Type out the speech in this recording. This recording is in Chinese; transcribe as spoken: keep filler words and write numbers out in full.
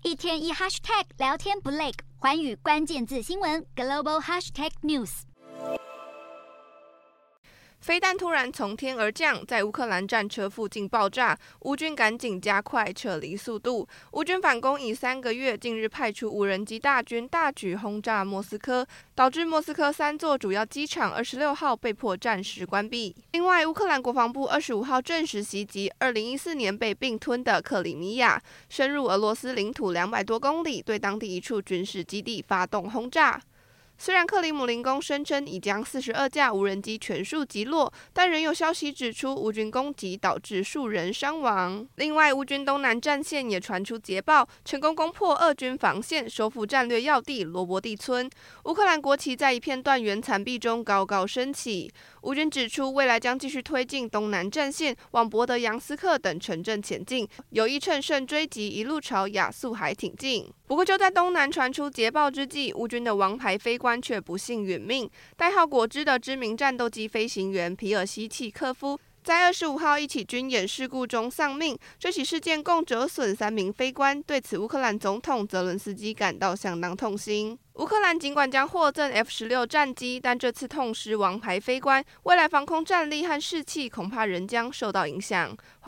一天一 hashtag 聊天不累，寰宇关键字新闻 global hashtag news。 飞弹突然从天而降，在乌克兰战车附近爆炸，乌军赶紧加快撤离速度。乌军反攻已三个月，近日派出无人机大军大举轰炸莫斯科，导致莫斯科三座主要机场二十六号被迫暂时关闭。另外，乌克兰国防部二十五号证实袭击二零一四年被并吞的克里米亚，深入俄罗斯领土两百多公里，对当地一处军事基地发动轰炸。虽然克里姆林宫声称已将四十二架无人机全数击落，但仍有消息指出乌军攻击导致数人伤亡。另外，乌军东南战线也传出捷报，成功攻破俄军防线，收复战略要地罗伯蒂村。乌克兰国旗在一片断垣残壁中高高升起。乌军指出，未来将继续推进东南战线，往博德扬斯克等城镇前进，有意乘胜追击，一路朝亚速海挺进。不过，就在东南传出捷报之际，乌军的王牌飞官却不幸殒命。代号果汁的知名战斗机飞行员皮尔西契科夫在二十五号一起军演事故中丧命。这起事件共折损三名飞官，对此乌克兰总统泽伦斯基感到相当痛心。乌克兰尽管将获赠 F 十六 战机，但这次痛失王牌飞官，未来防空战力和士气恐怕仍将受到影响。